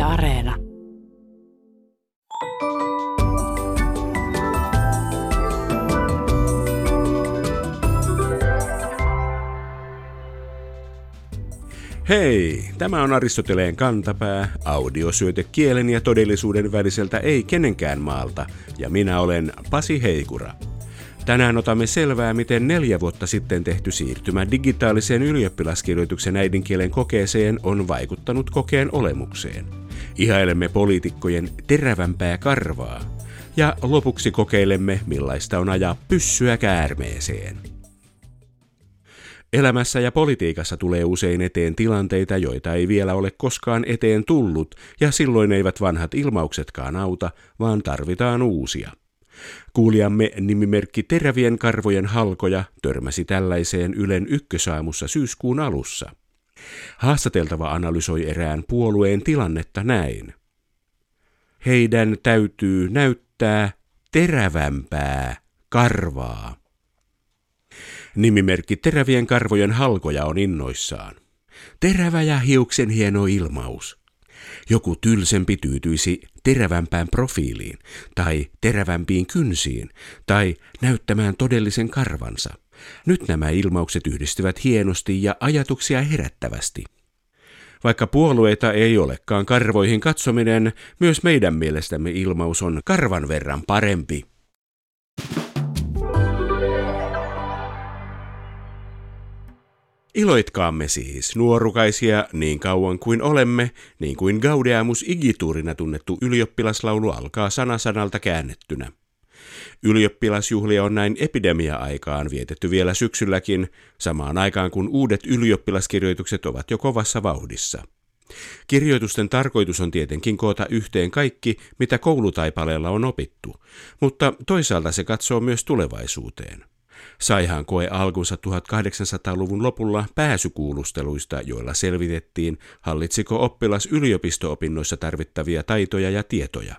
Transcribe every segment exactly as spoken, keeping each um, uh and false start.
Areena. Hei, tämä on Aristoteleen kantapää, audiosyöte kielen ja todellisuuden väliseltä ei kenenkään maalta, ja minä olen Pasi Heikura. Tänään otamme selvää, miten neljä vuotta sitten tehty siirtymä digitaaliseen ylioppilaskirjoituksen äidinkielen kokeeseen on vaikuttanut kokeen olemukseen. Ihailemme poliitikkojen terävämpää karvaa. Ja lopuksi kokeilemme, millaista on ajaa pyssyä käärmeeseen. Elämässä ja politiikassa tulee usein eteen tilanteita, joita ei vielä ole koskaan eteen tullut, ja silloin eivät vanhat ilmauksetkaan auta, vaan tarvitaan uusia. Kuulijamme nimimerkki Terävien karvojen halkoja törmäsi tällaiseen Ylen ykkösaamussa syyskuun alussa. Haastateltava analysoi erään puolueen tilannetta näin. Heidän täytyy näyttää terävämpää karvaa. Nimimerkki Terävien karvojen halkoja on innoissaan. Terävä ja hiuksen hieno ilmaus. Joku tylsempi tyytyisi terävämpään profiiliin, tai terävämpiin kynsiin, tai näyttämään todellisen karvansa. Nyt nämä ilmaukset yhdistyvät hienosti ja ajatuksia herättävästi. Vaikka puolueita ei olekaan karvoihin katsominen, myös meidän mielestämme ilmaus on karvan verran parempi. Iloitkaamme siis, nuorukaisia, niin kauan kuin olemme, niin kuin Gaudeamus Igiturina tunnettu ylioppilaslaulu alkaa sana sanalta käännettynä. Ylioppilasjuhlia on näin epidemia-aikaan vietetty vielä syksylläkin, samaan aikaan kun uudet ylioppilaskirjoitukset ovat jo kovassa vauhdissa. Kirjoitusten tarkoitus on tietenkin koota yhteen kaikki, mitä koulutaipaleella on opittu, mutta toisaalta se katsoo myös tulevaisuuteen. Saihan koe alkunsa tuhatkahdeksansataaluvun lopulla pääsykuulusteluista, joilla selvitettiin, hallitsiko oppilas yliopisto-opinnoissa tarvittavia taitoja ja tietoja.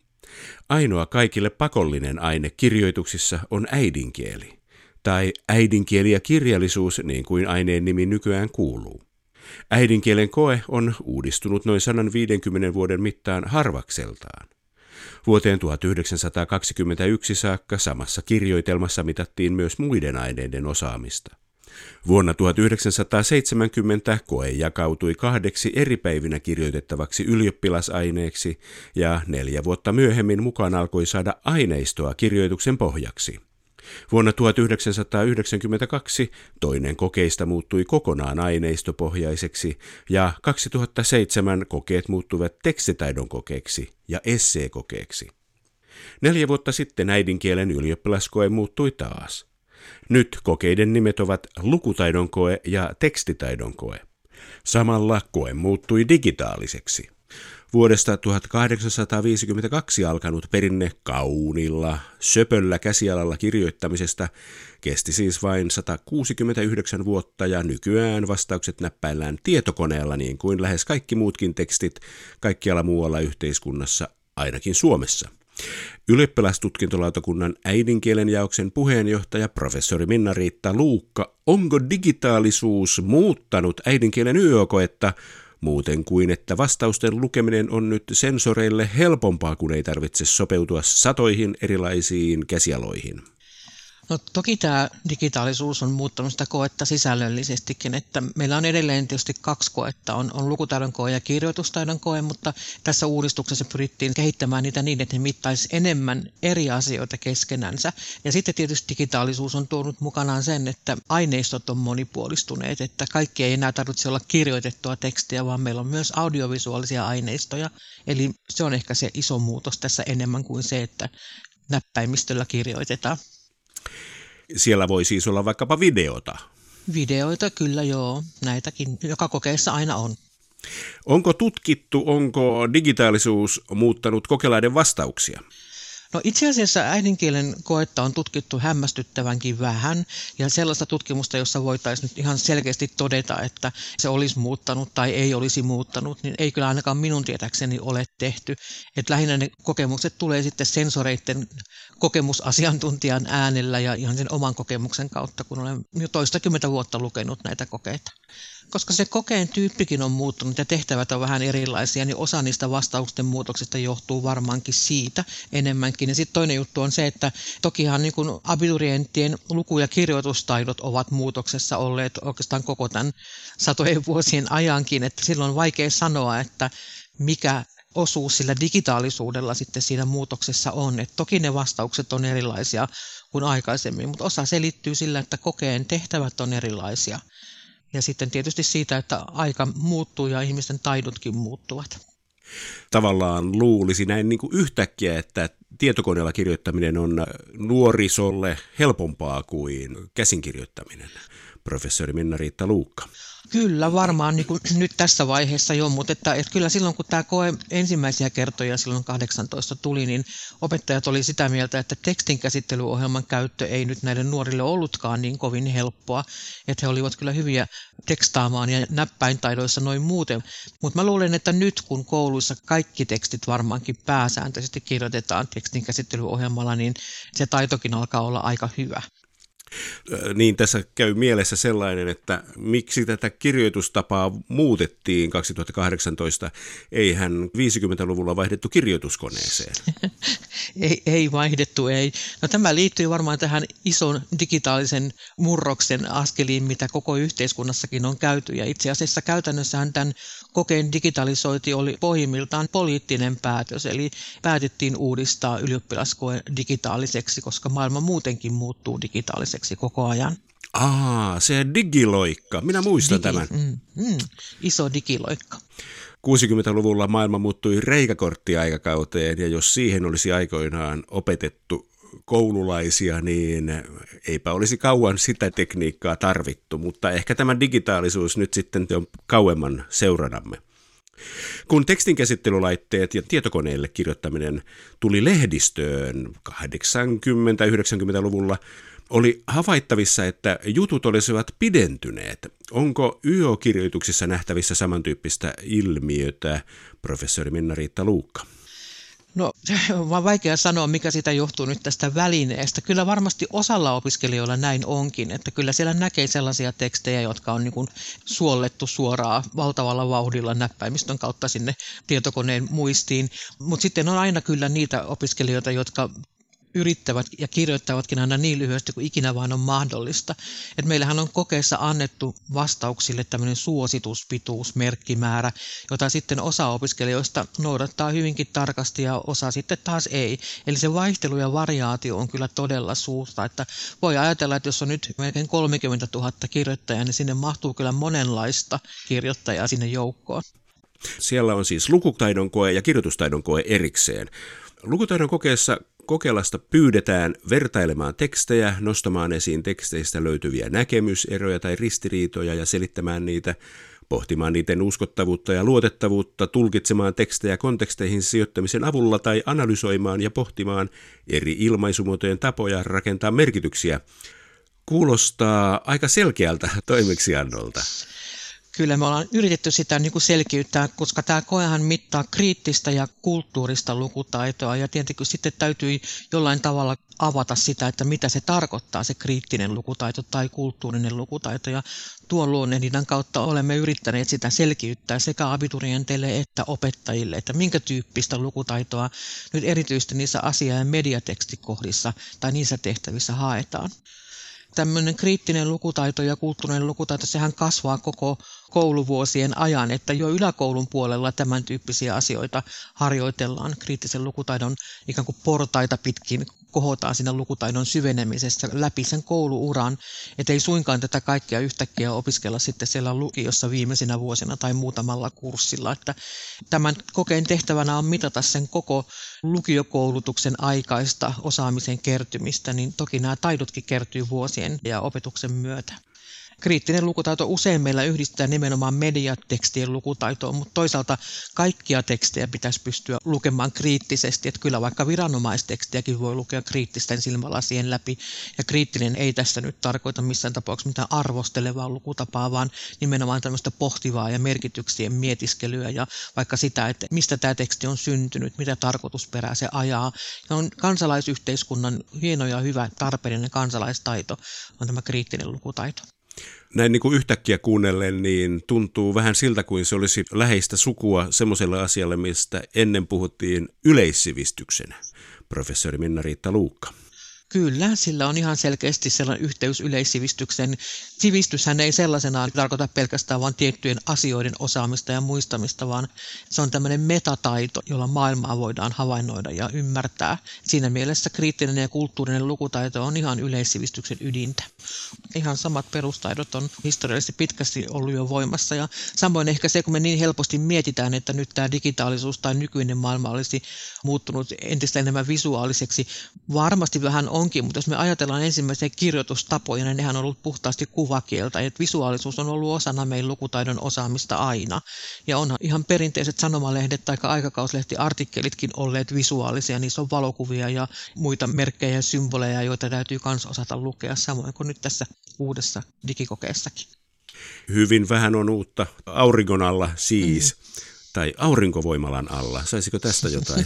Ainoa kaikille pakollinen aine kirjoituksissa on äidinkieli, tai äidinkieli ja kirjallisuus niin kuin aineen nimi nykyään kuuluu. Äidinkielen koe on uudistunut noin sata viisikymmentä vuoden mittaan harvakseltaan. Vuoteen tuhatyhdeksänsataakaksikymmentäyksi saakka samassa kirjoitelmassa mitattiin myös muiden aineiden osaamista. Vuonna tuhatyhdeksänsataaseitsemänkymmentä koe jakautui kahdeksi eri päivinä kirjoitettavaksi ylioppilasaineeksi ja neljä vuotta myöhemmin mukaan alkoi saada aineistoa kirjoituksen pohjaksi. Vuonna tuhatyhdeksänsataayhdeksänkymmentäkaksi toinen kokeista muuttui kokonaan aineistopohjaiseksi ja kaksituhattaseitsemän kokeet muuttuivat tekstitaidon kokeeksi ja esseekokeeksi. Neljä vuotta sitten äidinkielen ylioppilaskoe muuttui taas. Nyt kokeiden nimet ovat lukutaidon koe ja tekstitaidon koe. Samalla koe muuttui digitaaliseksi. Vuodesta tuhatkahdeksansataaviisikymmentäkaksi alkanut perinne kaunilla, söpöllä käsialalla kirjoittamisesta kesti siis vain sata kuusikymmentäyhdeksän vuotta ja nykyään vastaukset näppäillään tietokoneella niin kuin lähes kaikki muutkin tekstit kaikkialla muualla yhteiskunnassa, ainakin Suomessa. Ylioppilastutkintolautakunnan äidinkielen jaoksen puheenjohtaja professori Minna-Riitta Luukka, onko digitaalisuus muuttanut äidinkielen Y Ö-koetta muuten kuin että vastausten lukeminen on nyt sensoreille helpompaa, kun ei tarvitse sopeutua satoihin erilaisiin käsialoihin? No toki tämä digitaalisuus on muuttanut sitä koetta sisällöllisestikin, että meillä on edelleen tietysti kaksi koetta, on, on lukutaidon koe ja kirjoitustaidon koe, mutta tässä uudistuksessa pyrittiin kehittämään niitä niin, että ne mittaisi enemmän eri asioita keskenänsä. Ja sitten tietysti digitaalisuus on tuonut mukanaan sen, että aineistot on monipuolistuneet, että kaikki ei enää tarvitse olla kirjoitettua tekstiä, vaan meillä on myös audiovisuaalisia aineistoja. Eli se on ehkä se iso muutos tässä enemmän kuin se, että näppäimistöllä kirjoitetaan. Siellä voi siis olla vaikkapa videota. Videoita kyllä joo, näitäkin joka kokeessa aina on. Onko tutkittu, onko digitaalisuus muuttanut kokelaiden vastauksia? No itse asiassa äidinkielen koetta on tutkittu hämmästyttävänkin vähän ja sellaista tutkimusta, jossa voitaisiin nyt ihan selkeästi todeta, että se olisi muuttanut tai ei olisi muuttanut, niin ei kyllä ainakaan minun tietääkseni ole tehty. Että lähinnä ne kokemukset tulee sitten sensoreiden kokemusasiantuntijan äänellä ja ihan sen oman kokemuksen kautta, kun olen jo toistakymmentä vuotta lukenut näitä kokeita. Koska se kokeen tyyppikin on muuttunut ja tehtävät on vähän erilaisia, niin osa niistä vastausten muutoksista johtuu varmaankin siitä enemmänkin. Ja sitten toinen juttu on se, että tokihan niin kuin abiturienttien luku- ja kirjoitustaidot ovat muutoksessa olleet oikeastaan koko tämän satojen vuosien ajankin, että silloin on vaikea sanoa, että mikä osuus sillä digitaalisuudella sitten siinä muutoksessa on. Et toki ne vastaukset on erilaisia kuin aikaisemmin, mutta osa selittyy sillä, että kokeen tehtävät on erilaisia. Ja sitten tietysti siitä, että aika muuttuu ja ihmisten taidotkin muuttuvat. Tavallaan luulisi näin niin kuin yhtäkkiä, että tietokoneella kirjoittaminen on nuorisolle helpompaa kuin käsinkirjoittaminen. Professori Minna-Riitta Luukka. Kyllä, varmaan niin kuin nyt tässä vaiheessa jo, mutta että, että kyllä silloin kun tämä koe ensimmäisiä kertoja silloin kahdeksantoista tuli, niin opettajat oli sitä mieltä, että tekstinkäsittelyohjelman käyttö ei nyt näille nuorille ollutkaan niin kovin helppoa, että he olivat kyllä hyviä tekstaamaan ja näppäintaidoissa noin muuten. Mutta mä luulen, että nyt kun kouluissa kaikki tekstit varmaankin pääsääntöisesti kirjoitetaan tekstinkäsittelyohjelmalla, niin se taitokin alkaa olla aika hyvä. Niin tässä käy mielessä sellainen, että miksi tätä kirjoitustapaa muutettiin kaksituhattakahdeksantoista, eihän viisikymmentäluvulla vaihdettu kirjoituskoneeseen. ei, ei vaihdettu, ei. No tämä liittyy varmaan tähän ison digitaalisen murroksen askeliin, mitä koko yhteiskunnassakin on käyty. Ja itse asiassa käytännössähän tämän kokeen digitalisointi oli pohjimmiltaan poliittinen päätös, eli päätettiin uudistaa ylioppilaskoe digitaaliseksi, koska maailma muutenkin muuttuu digitaaliseksi koko ajan. Aa, se digiloikka. Minä muistan Digi, tämän. Mm, mm, iso digiloikka. kuusikymmentäluvulla maailma muuttui reikäkorttiaikakauteen, ja jos siihen olisi aikoinaan opetettu koululaisia, niin eipä olisi kauan sitä tekniikkaa tarvittu, mutta ehkä tämä digitaalisuus nyt sitten on kauemman seuranamme. Kun tekstinkäsittelylaitteet ja tietokoneille kirjoittaminen tuli lehdistöön kahdeksankymmentä-yhdeksänkymmentäluvulla, oli havaittavissa, että jutut olisivat pidentyneet. Onko Y O-kirjoituksissa nähtävissä samantyyppistä ilmiötä, professori Minna-Riitta Luukka? No, on vaikea sanoa, mikä sitä johtuu nyt tästä välineestä. Kyllä varmasti osalla opiskelijoilla näin onkin, että kyllä siellä näkee sellaisia tekstejä, jotka on niin kuin suollettu suoraan valtavalla vauhdilla näppäimistön kautta sinne tietokoneen muistiin. Mutta sitten on aina kyllä niitä opiskelijoita, jotka yrittävät ja kirjoittavatkin aina niin lyhyesti kuin ikinä vain on mahdollista. Et meillähän on kokeessa annettu vastauksille tämmöinen suosituspituusmerkkimäärä, jota sitten osa opiskelijoista noudattaa hyvinkin tarkasti ja osa sitten taas ei. Eli se vaihtelu ja variaatio on kyllä todella suurta. Että voi ajatella, että jos on nyt melkein kolmekymmentätuhatta kirjoittajaa, niin sinne mahtuu kyllä monenlaista kirjoittajaa sinne joukkoon. Siellä on siis lukutaidon koe ja kirjoitustaidon koe erikseen. Lukutaidon kokeessa kokeilasta pyydetään vertailemaan tekstejä, nostamaan esiin teksteistä löytyviä näkemyseroja tai ristiriitoja ja selittämään niitä, pohtimaan niiden uskottavuutta ja luotettavuutta, tulkitsemaan tekstejä konteksteihin sijoittamisen avulla tai analysoimaan ja pohtimaan eri ilmaisumuotojen tapoja rakentaa merkityksiä. Kuulostaa aika selkeältä toimeksiannolta. Kyllä me ollaan yritetty sitä niin kuin selkiyttää, koska tämä koehan mittaa kriittistä ja kulttuurista lukutaitoa ja tietenkin sitten täytyy jollain tavalla avata sitä, että mitä se tarkoittaa se kriittinen lukutaito tai kulttuurinen lukutaito ja tuon luonnehdinnan kautta olemme yrittäneet sitä selkiyttää sekä abiturienteille että opettajille, että minkä tyyppistä lukutaitoa nyt erityisesti niissä asia- ja mediatekstikohdissa tai niissä tehtävissä haetaan. Tämmöinen kriittinen lukutaito ja kulttuurinen lukutaito, sehän kasvaa koko kouluvuosien ajan, että jo yläkoulun puolella tämän tyyppisiä asioita harjoitellaan. Kriittisen lukutaidon ikään kuin portaita pitkin kohotaan siinä lukutaidon syvenemisessä läpi sen kouluuran, ettei suinkaan tätä kaikkea yhtäkkiä opiskella sitten siellä lukiossa viimeisinä vuosina tai muutamalla kurssilla. Että tämän kokeen tehtävänä on mitata sen koko lukiokoulutuksen aikaista osaamisen kertymistä, niin toki nämä taidotkin kertyy vuosien ja opetuksen myötä. Kriittinen lukutaito usein meillä yhdistää nimenomaan mediatekstien lukutaitoon, mutta toisaalta kaikkia tekstejä pitäisi pystyä lukemaan kriittisesti, että kyllä vaikka viranomaistekstiäkin voi lukea kriittisten silmälasien läpi, ja kriittinen ei tässä nyt tarkoita missään tapauksessa mitään arvostelevaa lukutapaa, vaan nimenomaan tämmöistä pohtivaa ja merkityksien mietiskelyä ja vaikka sitä, että mistä tämä teksti on syntynyt, mitä tarkoitusperää se ajaa. Ja on kansalaisyhteiskunnan hieno ja hyvä tarpeellinen kansalaistaito on tämä kriittinen lukutaito. Näin niin kuin yhtäkkiä kuunnellen, niin tuntuu vähän siltä, kuin se olisi läheistä sukua semmoiselle asialle, mistä ennen puhuttiin yleissivistyksenä. Professori Minna-Riitta Luukka. Kyllä, sillä on ihan selkeästi sellainen yhteys yleissivistyksen. Sivistyshän ei sellaisenaan tarkoita pelkästään vain tiettyjen asioiden osaamista ja muistamista, vaan se on tämmöinen metataito, jolla maailmaa voidaan havainnoida ja ymmärtää. Siinä mielessä kriittinen ja kulttuurinen lukutaito on ihan yleissivistyksen ydintä. Ihan samat perustaidot on historiallisesti pitkästi ollut jo voimassa, ja samoin ehkä se, kun me niin helposti mietitään, että nyt tämä digitaalisuus tai nykyinen maailma olisi muuttunut entistä enemmän visuaaliseksi, varmasti vähän onkin, mutta jos me ajatellaan ensimmäisiä kirjoitustapoja, niin nehän on ollut puhtaasti kuvakieltä, että visuaalisuus on ollut osana meidän lukutaidon osaamista aina, ja onhan ihan perinteiset sanomalehdet tai aikakauslehtiartikkelitkin olleet visuaalisia, niissä on valokuvia ja muita merkkejä ja symboleja, joita täytyy myös osata lukea, samoin kuin nyt tässä uudessa digikokeessakin. Hyvin vähän on uutta auringon alla siis, mm. tai aurinkovoimalan alla. Saisiko tästä jotain?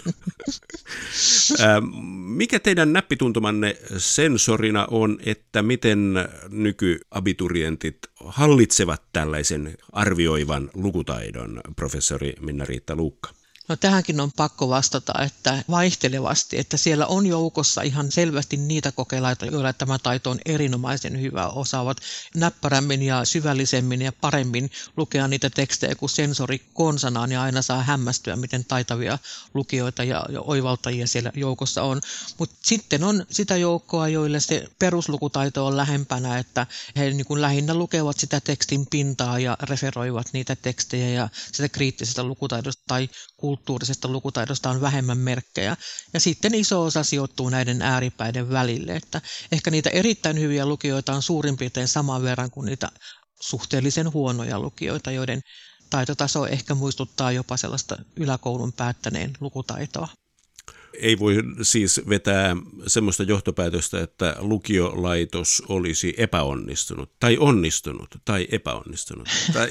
Mikä teidän näppituntumanne sensorina on, että miten nykyabiturientit hallitsevat tällaisen arvioivan lukutaidon, professori Minna-Riitta Luukka? No tähänkin on pakko vastata, että vaihtelevasti, että siellä on joukossa ihan selvästi niitä kokelaita, joilla tämä taito on erinomaisen hyvä, osaavat näppärämmin ja syvällisemmin ja paremmin lukea niitä tekstejä kuin sensori konsanaan, ja aina saa hämmästyä, miten taitavia lukijoita ja, ja oivaltajia siellä joukossa on. Mutta sitten on sitä joukkoa, joille se peruslukutaito on lähempänä, että he niin kuin lähinnä lukevat sitä tekstin pintaa ja referoivat niitä tekstejä, ja sitä kriittisestä lukutaidosta tai kulttuurisesta lukutaidosta on vähemmän merkkejä. Ja sitten iso osa sijoittuu näiden ääripäiden välille, että ehkä niitä erittäin hyviä lukijoita on suurin piirtein saman verran kuin niitä suhteellisen huonoja lukijoita, joiden taitotaso ehkä muistuttaa jopa sellaista yläkoulun päättäneen lukutaitoa. Ei voi siis vetää semmoista johtopäätöstä, että lukiolaitos olisi epäonnistunut, tai onnistunut, tai epäonnistunut, tai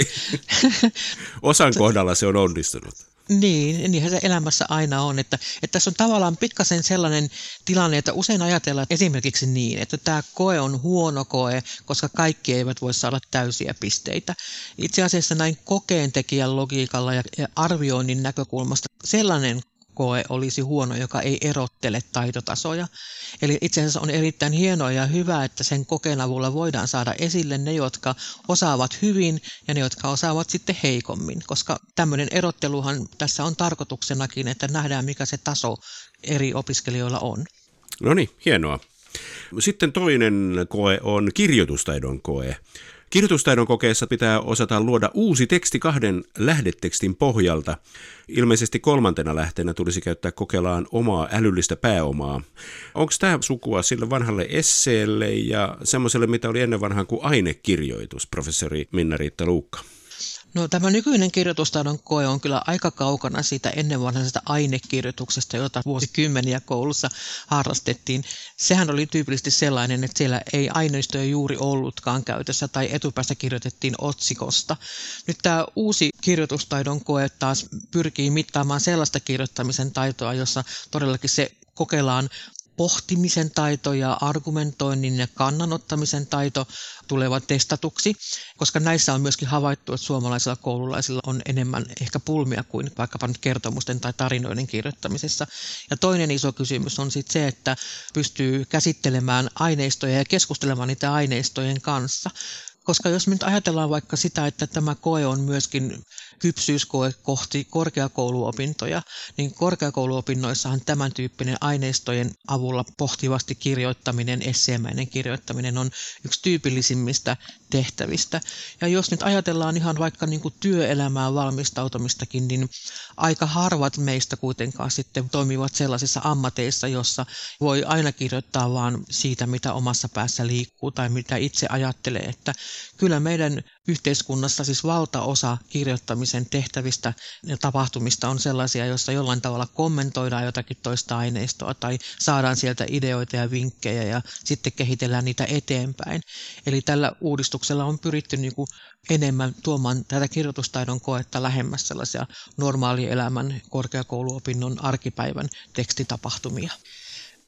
osan kohdalla se on onnistunut. Niin, niinhän se elämässä aina on, että, että tässä on tavallaan pikkasen sellainen tilanne, että usein ajatellaan esimerkiksi niin, että tämä koe on huono koe, koska kaikki eivät voi saada täysiä pisteitä. Itse asiassa näin kokeentekijän logiikalla ja, ja arvioinnin näkökulmasta sellainen koe olisi huono, joka ei erottele taitotasoja. Eli itse asiassa on erittäin hienoa ja hyvä, että sen kokeen avulla voidaan saada esille ne, jotka osaavat hyvin ja ne, jotka osaavat sitten heikommin, koska tämmöinen erotteluhan tässä on tarkoituksenakin, että nähdään mikä se taso eri opiskelijoilla on. No niin, hienoa. Sitten toinen koe on kirjoitustaidon koe. Kirjoitustaidon kokeessa pitää osata luoda uusi teksti kahden lähdetekstin pohjalta. Ilmeisesti kolmantena lähteenä tulisi käyttää kokelaan omaa älyllistä pääomaa. Onko tämä sukua sille vanhalle esseelle ja semmoiselle, mitä oli ennen vanhaan kuin ainekirjoitus, professori Minna-Riitta Luukka? No tämä nykyinen kirjoitustaidon koe on kyllä aika kaukana siitä ennenvanhaisesta ainekirjoituksesta, jota vuosikymmeniä koulussa harrastettiin. Sehän oli tyypillisesti sellainen, että siellä ei aineistoja juuri ollutkaan käytössä tai etupäästä kirjoitettiin otsikosta. Nyt tämä uusi kirjoitustaidon koe taas pyrkii mittaamaan sellaista kirjoittamisen taitoa, jossa todellakin se kokeillaan pohtimisen taito ja argumentoinnin ja kannanottamisen taito tulevat testatuksi, koska näissä on myöskin havaittu, että suomalaisilla koululaisilla on enemmän ehkä pulmia kuin vaikkapa nyt kertomusten tai tarinoiden kirjoittamisessa. Ja toinen iso kysymys on sitten se, että pystyy käsittelemään aineistoja ja keskustelemaan niitä aineistojen kanssa. Koska jos me nyt ajatellaan vaikka sitä, että tämä koe on myöskin kypsyyskoe kohti korkeakouluopintoja, niin korkeakouluopinnoissahan tämän tyyppinen aineistojen avulla pohtivasti kirjoittaminen, esseemäinen kirjoittaminen on yksi tyypillisimmistä tehtävistä. Ja jos nyt ajatellaan ihan vaikka niin kuin työelämään valmistautumistakin, niin aika harvat meistä kuitenkaan sitten toimivat sellaisissa ammateissa, jossa voi aina kirjoittaa vaan siitä, mitä omassa päässä liikkuu tai mitä itse ajattelee, että kyllä meidän yhteiskunnassa siis valtaosa kirjoittamisen tehtävistä ja tapahtumista on sellaisia, joissa jollain tavalla kommentoidaan jotakin toista aineistoa tai saadaan sieltä ideoita ja vinkkejä ja sitten kehitellään niitä eteenpäin. Eli tällä uudistuksella on pyritty niin kuin enemmän tuomaan tätä kirjoitustaidon koetta lähemmäs sellaisia normaalielämän korkeakouluopinnon arkipäivän tekstitapahtumia.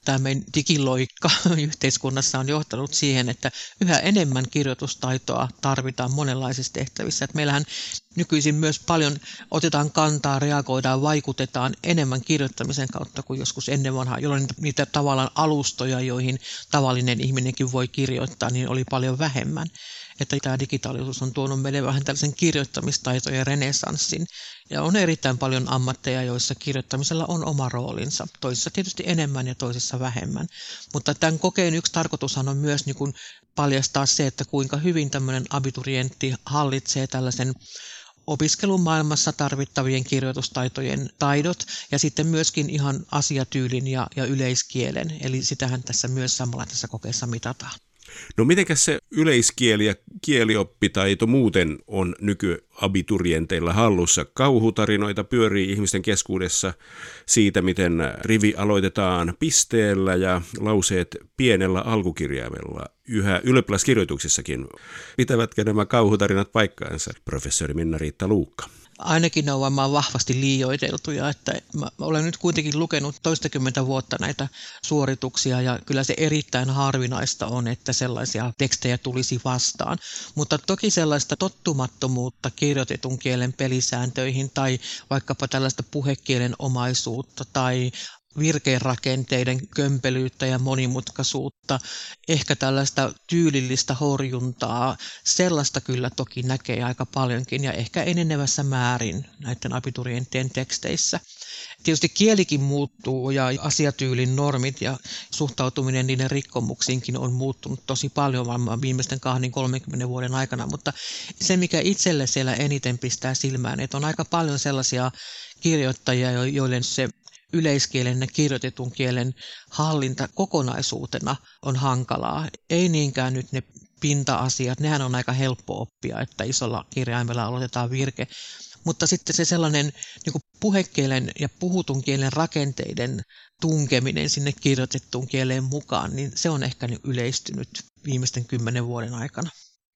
tämä meidän digiloikka yhteiskunnassa on johtanut siihen, että yhä enemmän kirjoitustaitoa tarvitaan monenlaisissa tehtävissä. Että meillähän nykyisin myös paljon otetaan kantaa, reagoidaan, vaikutetaan enemmän kirjoittamisen kautta kuin joskus ennen vanhaa, jolloin niitä tavallaan alustoja, joihin tavallinen ihminenkin voi kirjoittaa, niin oli paljon vähemmän. Että tämä digitaalisuus on tuonut meille vähän tällaisen kirjoittamistaitojen renessanssin. Ja on erittäin paljon ammatteja, joissa kirjoittamisella on oma roolinsa. Toisissa tietysti enemmän ja toisissa vähemmän. Mutta tämän kokeen yksi tarkoitushan on myös niin kuin paljastaa se, että kuinka hyvin tämmöinen abiturientti hallitsee tällaisen opiskelumaailmassa tarvittavien kirjoitustaitojen taidot ja sitten myöskin ihan asiatyylin ja, ja yleiskielen. Eli sitähän tässä myös samalla tässä kokeessa mitataan. No mitenkäs se yleiskieli ja kielioppitaito muuten on nykyabiturienteilla hallussa? Kauhutarinoita pyörii ihmisten keskuudessa siitä, miten rivi aloitetaan pisteellä ja lauseet pienellä alkukirjaimella. Yhä ylioppilaskirjoituksissakin. Pitävätkö nämä kauhutarinat paikkaansa, professori Minna-Riitta Luukka? Ainakin ne on varmaan vahvasti liioiteltuja, että mä olen nyt kuitenkin lukenut toistakymmentä vuotta näitä suorituksia ja kyllä se erittäin harvinaista on, että sellaisia tekstejä tulisi vastaan. Mutta toki sellaista tottumattomuutta kirjoitetun kielen pelisääntöihin tai vaikkapa tällaista puhekielen omaisuutta tai virkerakenteiden kömpelyyttä ja monimutkaisuutta, ehkä tällaista tyylillistä horjuntaa, sellaista kyllä toki näkee aika paljonkin ja ehkä enenevässä määrin näiden abiturienttien teksteissä. Tietysti kielikin muuttuu ja asiatyylin normit ja suhtautuminen niiden rikkomuksiinkin on muuttunut tosi paljon varmaan viimeisten kahdenkymmenen kolmenkymmenen vuoden aikana, mutta se mikä itselle siellä eniten pistää silmään, että on aika paljon sellaisia kirjoittajia, joille se yleiskielen ja kirjoitetun kielen hallinta kokonaisuutena on hankalaa. Ei niinkään nyt ne pinta-asiat, nehän on aika helppo oppia, että isolla kirjaimella aloitetaan virke. Mutta sitten se sellainen niin kuin puhekielen ja puhutun kielen rakenteiden tunkeminen sinne kirjoitettuun kieleen mukaan, niin se on ehkä yleistynyt viimeisten kymmenen vuoden aikana.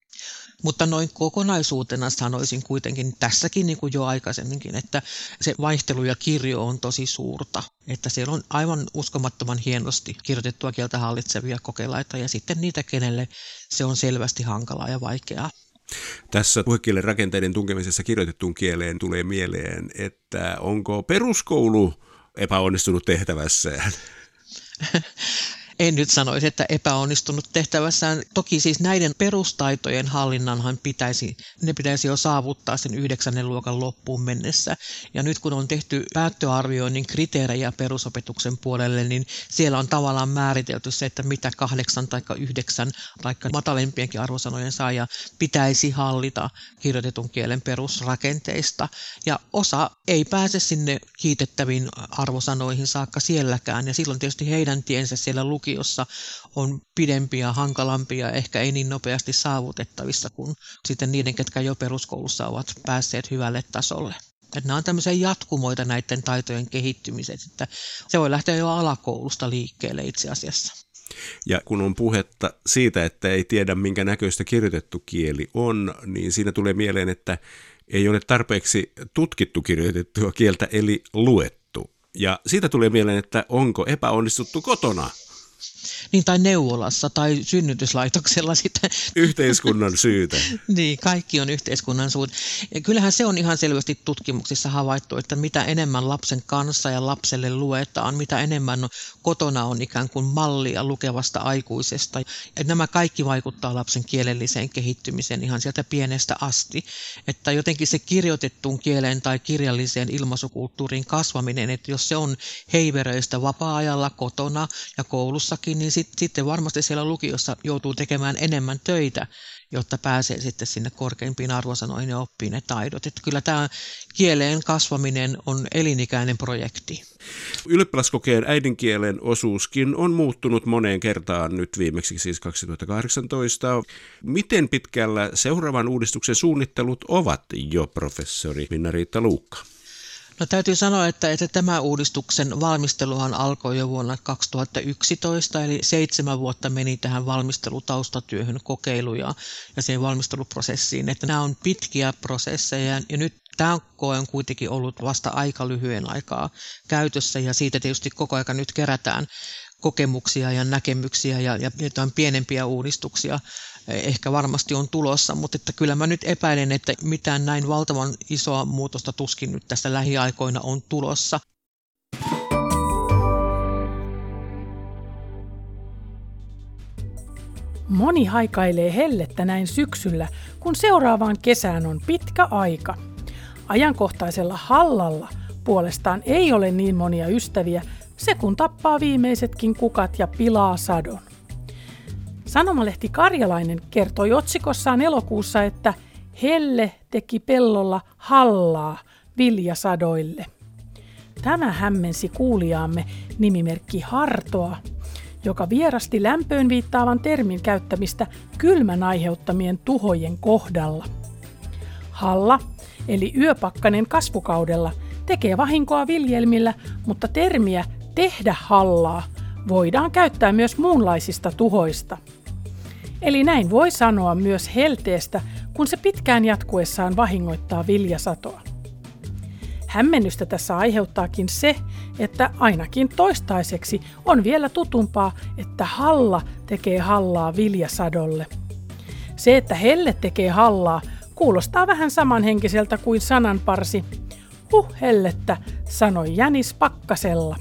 Mutta noin kokonaisuutena sanoisin kuitenkin tässäkin niin kuin jo aikaisemminkin, että se vaihtelu ja kirjo on tosi suurta. Että siellä on aivan uskomattoman hienosti kirjoitettua kieltä hallitsevia kokelaita ja sitten niitä, kenelle se on selvästi hankalaa ja vaikeaa. Tässä puhekielen rakenteiden tunkemisessa kirjoitettuun kieleen tulee mieleen, että onko peruskoulu epäonnistunut tehtävässään? En nyt sanoisi, että epäonnistunut tehtävässään. Toki siis näiden perustaitojen hallinnanhan pitäisi, ne pitäisi jo saavuttaa sen yhdeksännen luokan loppuun mennessä. Ja nyt kun on tehty päättöarvioinnin kriteerejä perusopetuksen puolelle, niin siellä on tavallaan määritelty se, että mitä kahdeksan tai yhdeksän tai matalempienkin arvosanojen saaja pitäisi hallita kirjoitetun kielen perusrakenteista. Ja osa ei pääse sinne kiitettäviin arvosanoihin saakka sielläkään. Ja silloin tietysti heidän tiensä siellä lukiossa on pidempiä, hankalampia, ehkä ei niin nopeasti saavutettavissa kuin sitten niiden, ketkä jo peruskoulussa ovat päässeet hyvälle tasolle. Että nämä on tämmöisiä jatkumoita näiden taitojen kehittymisestä, että se voi lähteä jo alakoulusta liikkeelle itse asiassa. Ja kun on puhetta siitä, että ei tiedä minkä näköistä kirjoitettu kieli on, niin siinä tulee mieleen, että ei ole tarpeeksi tutkittu kirjoitettua kieltä, eli luettu. Ja siitä tulee mieleen, että onko epäonnistuttu kotona? Niin, tai neuvolassa tai synnytyslaitoksella sitten. Yhteiskunnan syytä. Niin, kaikki on yhteiskunnan syytä. Ja kyllähän se on ihan selvästi tutkimuksissa havaittu, että mitä enemmän lapsen kanssa ja lapselle luetaan, mitä enemmän kotona on ikään kuin mallia lukevasta aikuisesta. Ja nämä kaikki vaikuttaa lapsen kielelliseen kehittymiseen ihan sieltä pienestä asti. Että jotenkin se kirjoitettuun kieleen tai kirjalliseen ilmaisukulttuuriin kasvaminen, että jos se on heiveröistä vapaa-ajalla kotona ja koulussakin, niin sit, sitten varmasti siellä lukiossa joutuu tekemään enemmän töitä, jotta pääsee sitten sinne korkeimpiin arvosanoihin ja oppii ne taidot. Että kyllä tämä kieleen kasvaminen on elinikäinen projekti. Ylioppilaskokeen äidinkielen osuuskin on muuttunut moneen kertaan nyt viimeksi siis kaksituhattakahdeksantoista. Miten pitkällä seuraavan uudistuksen suunnittelut ovat jo, professori Minna-Riitta Luukka? No täytyy sanoa, että, että tämä uudistuksen valmisteluhan alkoi jo vuonna kaksituhattayksitoista, eli seitsemän vuotta meni tähän valmistelutaustatyöhön, kokeiluja ja siihen valmisteluprosessiin. Että nämä on pitkiä prosesseja ja nyt tämä koe on kuitenkin ollut vasta aika lyhyen aikaa käytössä ja siitä tietysti koko ajan nyt kerätään kokemuksia ja näkemyksiä ja, ja jotain pienempiä uudistuksia ehkä varmasti on tulossa, mutta että kyllä mä nyt epäilen, että mitään näin valtavan isoa muutosta tuskin nyt tässä lähiaikoina on tulossa. Moni haikailee hellettä näin syksyllä, kun seuraavaan kesään on pitkä aika. Ajankohtaisella hallalla puolestaan ei ole niin monia ystäviä, se kun tappaa viimeisetkin kukat ja pilaa sadon. Sanomalehti Karjalainen kertoi otsikossaan elokuussa, että helle teki pellolla hallaa viljasadoille. Tämä hämmensi kuulijaamme nimimerkki Hartoa, joka vierasti lämpöön viittaavan termin käyttämistä kylmän aiheuttamien tuhojen kohdalla. Halla, eli yöpakkanen kasvukaudella, tekee vahinkoa viljelmillä, mutta termiä tehdä hallaa voidaan käyttää myös muunlaisista tuhoista. Eli näin voi sanoa myös helteestä, kun se pitkään jatkuessaan vahingoittaa viljasatoa. Hämmennystä tässä aiheuttaakin se, että ainakin toistaiseksi on vielä tutumpaa, että halla tekee hallaa viljasadolle. Se, että helle tekee hallaa, kuulostaa vähän samanhenkiseltä kuin sananparsi huh hellettä, sanoi jänis pakkasella.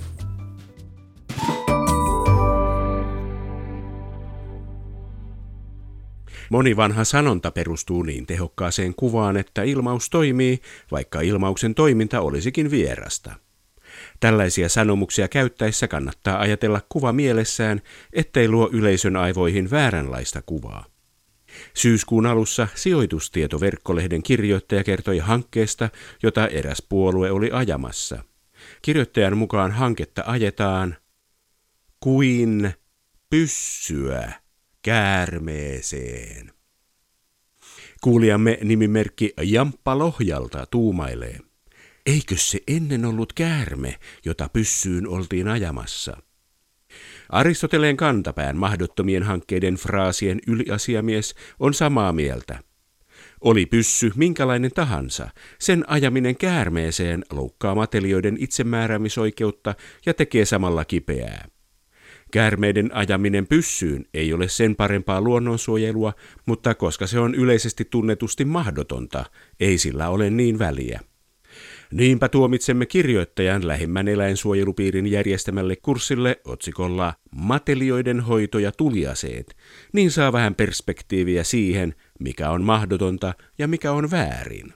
Moni vanha sanonta perustuu niin tehokkaaseen kuvaan, että ilmaus toimii, vaikka ilmauksen toiminta olisikin vierasta. Tällaisia sanomuksia käyttäessä kannattaa ajatella kuva mielessään, ettei luo yleisön aivoihin vääränlaista kuvaa. Syyskuun alussa Sijoitustietoverkkolehden kirjoittaja kertoi hankkeesta, jota eräs puolue oli ajamassa. Kirjoittajan mukaan hanketta ajetaan kuin pyssyä käärmeeseen. Kuulijamme nimimerkki Jamppa Lohjalta tuumailee. Eikö se ennen ollut käärme, jota pyssyyn oltiin ajamassa? Aristoteleen kantapään mahdottomien hankkeiden fraasien yliasiamies on samaa mieltä. Oli pyssy minkälainen tahansa, sen ajaminen käärmeeseen loukkaa matelioiden itsemääräämisoikeutta ja tekee samalla kipeää. Käärmeiden ajaminen pyssyyn ei ole sen parempaa luonnonsuojelua, mutta koska se on yleisesti tunnetusti mahdotonta, ei sillä ole niin väliä. Niinpä tuomitsemme kirjoittajan lähimmän eläinsuojelupiirin järjestämälle kurssille otsikolla Matelioiden hoito ja tuliaseet, niin saa vähän perspektiiviä siihen, mikä on mahdotonta ja mikä on väärin.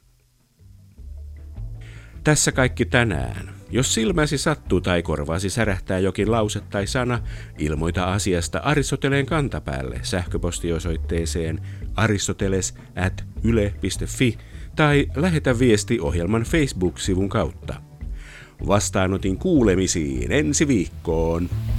Tässä kaikki tänään. Jos silmäsi sattuu tai korvaasi särähtää jokin lause tai sana, ilmoita asiasta Aristoteleen kantapäälle sähköpostiosoitteeseen aristoteles at yle piste fi tai lähetä viesti ohjelman Facebook-sivun kautta. Vastaanotin kuulemisiin ensi viikkoon.